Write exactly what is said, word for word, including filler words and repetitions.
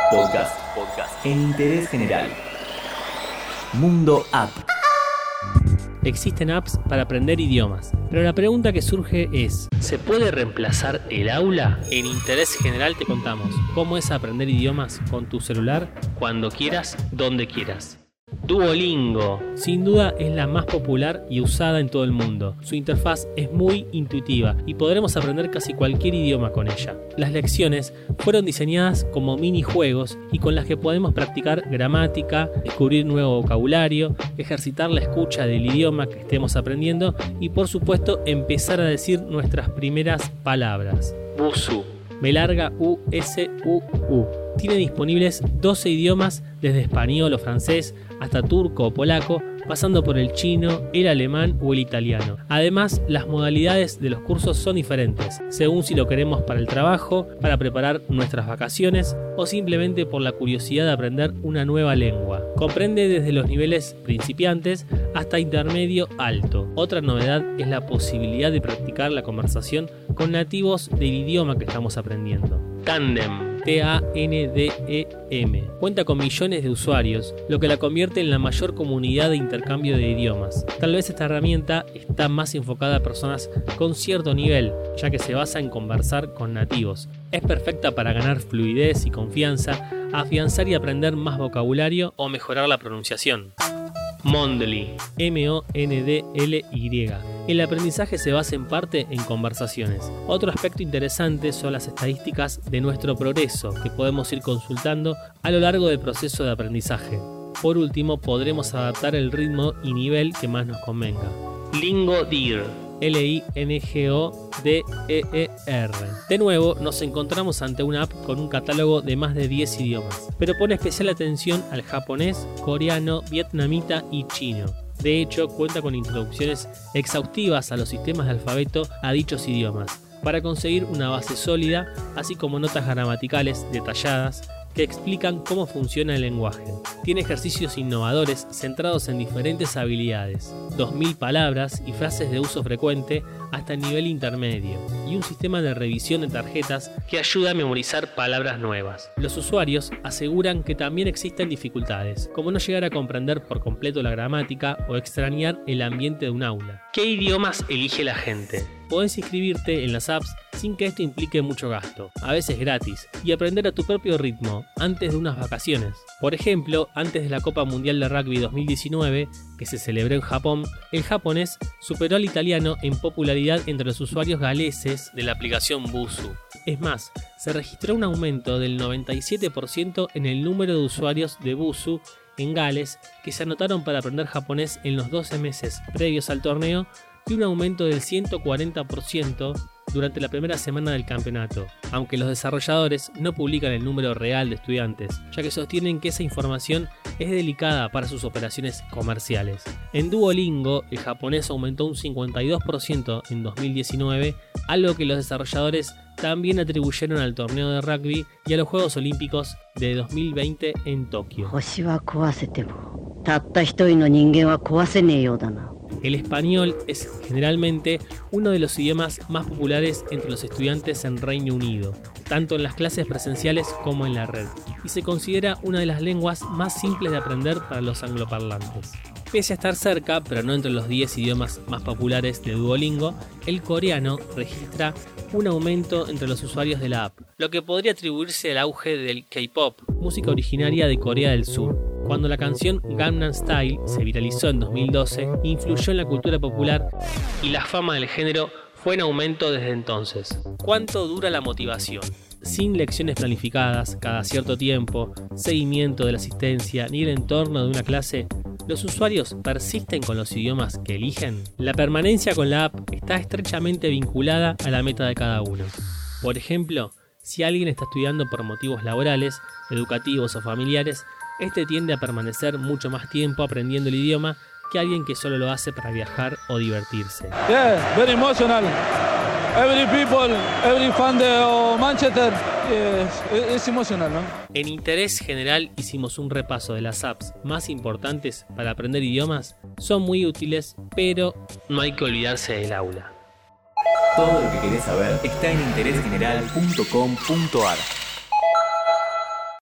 Podcast. Podcast. En interés general. Mundo App. Existen apps para aprender idiomas, pero la pregunta que surge es: ¿se puede reemplazar el aula? En Interés General te contamos cómo es aprender idiomas con tu celular, cuando quieras, donde quieras. Duolingo, sin duda es la más popular y usada en todo el mundo. Su interfaz es muy intuitiva y podremos aprender casi cualquier idioma con ella. Las lecciones fueron diseñadas como minijuegos y con las que podemos practicar gramática, descubrir nuevo vocabulario, ejercitar la escucha del idioma que estemos aprendiendo y, por supuesto, empezar a decir nuestras primeras palabras. Busuu, B larga U S U U. Tiene disponibles doce idiomas, desde español o francés hasta turco o polaco, pasando por el chino, el alemán o el italiano. Además, las modalidades de los cursos son diferentes, según si lo queremos para el trabajo, para preparar nuestras vacaciones o simplemente por la curiosidad de aprender una nueva lengua. Comprende desde los niveles principiantes hasta intermedio alto. Otra novedad es la posibilidad de practicar la conversación con nativos del idioma que estamos aprendiendo. Tandem, T A N D E M. Cuenta con millones de usuarios, lo que la convierte en la mayor comunidad de intercambio de idiomas. Tal vez esta herramienta está más enfocada a personas con cierto nivel, ya que se basa en conversar con nativos. Es perfecta para ganar fluidez y confianza, afianzar y aprender más vocabulario o mejorar la pronunciación. Mondly, M O N D L Y. El aprendizaje se basa en parte en conversaciones. Otro aspecto interesante son las estadísticas de nuestro progreso que podemos ir consultando a lo largo del proceso de aprendizaje. Por último, podremos adaptar el ritmo y nivel que más nos convenga. Lingodeer, L I N G O D E E R. De nuevo, nos encontramos ante una app con un catálogo de más de diez idiomas, pero pone especial atención al japonés, coreano, vietnamita y chino. De hecho, cuenta con introducciones exhaustivas a los sistemas de alfabeto a dichos idiomas, para conseguir una base sólida, así como notas gramaticales detalladas que explican cómo funciona el lenguaje. Tiene ejercicios innovadores centrados en diferentes habilidades, dos mil palabras y frases de uso frecuente hasta el nivel intermedio, y un sistema de revisión de tarjetas que ayuda a memorizar palabras nuevas. Los usuarios aseguran que también existen dificultades, como no llegar a comprender por completo la gramática o extrañar el ambiente de un aula. ¿Qué idiomas elige la gente? Podés inscribirte en las apps sin que esto implique mucho gasto, a veces gratis, y aprender a tu propio ritmo antes de unas vacaciones. Por ejemplo, antes de la Copa Mundial de Rugby dos mil diecinueve, que se celebró en Japón, el japonés superó al italiano en popularidad entre los usuarios galeses de la aplicación Busuu. Es más, se registró un aumento del noventa y siete por ciento en el número de usuarios de Busuu en Gales que se anotaron para aprender japonés en los doce meses previos al torneo, y un aumento del ciento cuarenta por ciento durante la primera semana del campeonato, aunque los desarrolladores no publican el número real de estudiantes, ya que sostienen que esa información es delicada para sus operaciones comerciales. En Duolingo, el japonés aumentó un cincuenta y dos por ciento en dos mil diecinueve, algo que los desarrolladores también atribuyeron al torneo de rugby y a los Juegos Olímpicos de dos mil veinte en Tokio. El español es generalmente uno de los idiomas más populares entre los estudiantes en Reino Unido, tanto en las clases presenciales como en la red, y se considera una de las lenguas más simples de aprender para los angloparlantes. Pese a estar cerca, pero no entre los diez idiomas más populares de Duolingo, el coreano registra un aumento entre los usuarios de la app, lo que podría atribuirse al auge del K-pop, música originaria de Corea del Sur. Cuando la canción Gangnam Style se viralizó en dos mil doce, influyó en la cultura popular y la fama del género fue en aumento desde entonces. ¿Cuánto dura la motivación? Sin lecciones planificadas cada cierto tiempo, seguimiento de la asistencia ni el entorno de una clase, ¿los usuarios persisten con los idiomas que eligen? La permanencia con la app está estrechamente vinculada a la meta de cada uno. Por ejemplo, si alguien está estudiando por motivos laborales, educativos o familiares, este tiende a permanecer mucho más tiempo aprendiendo el idioma que alguien que solo lo hace para viajar o divertirse. Yeah, very emotional. Every people, every fan de Manchester, yes, es emocional, ¿no? En Interés General hicimos un repaso de las apps más importantes para aprender idiomas. Son muy útiles, pero no hay que olvidarse del aula. Todo lo que querés saber está en interés general punto com punto a r.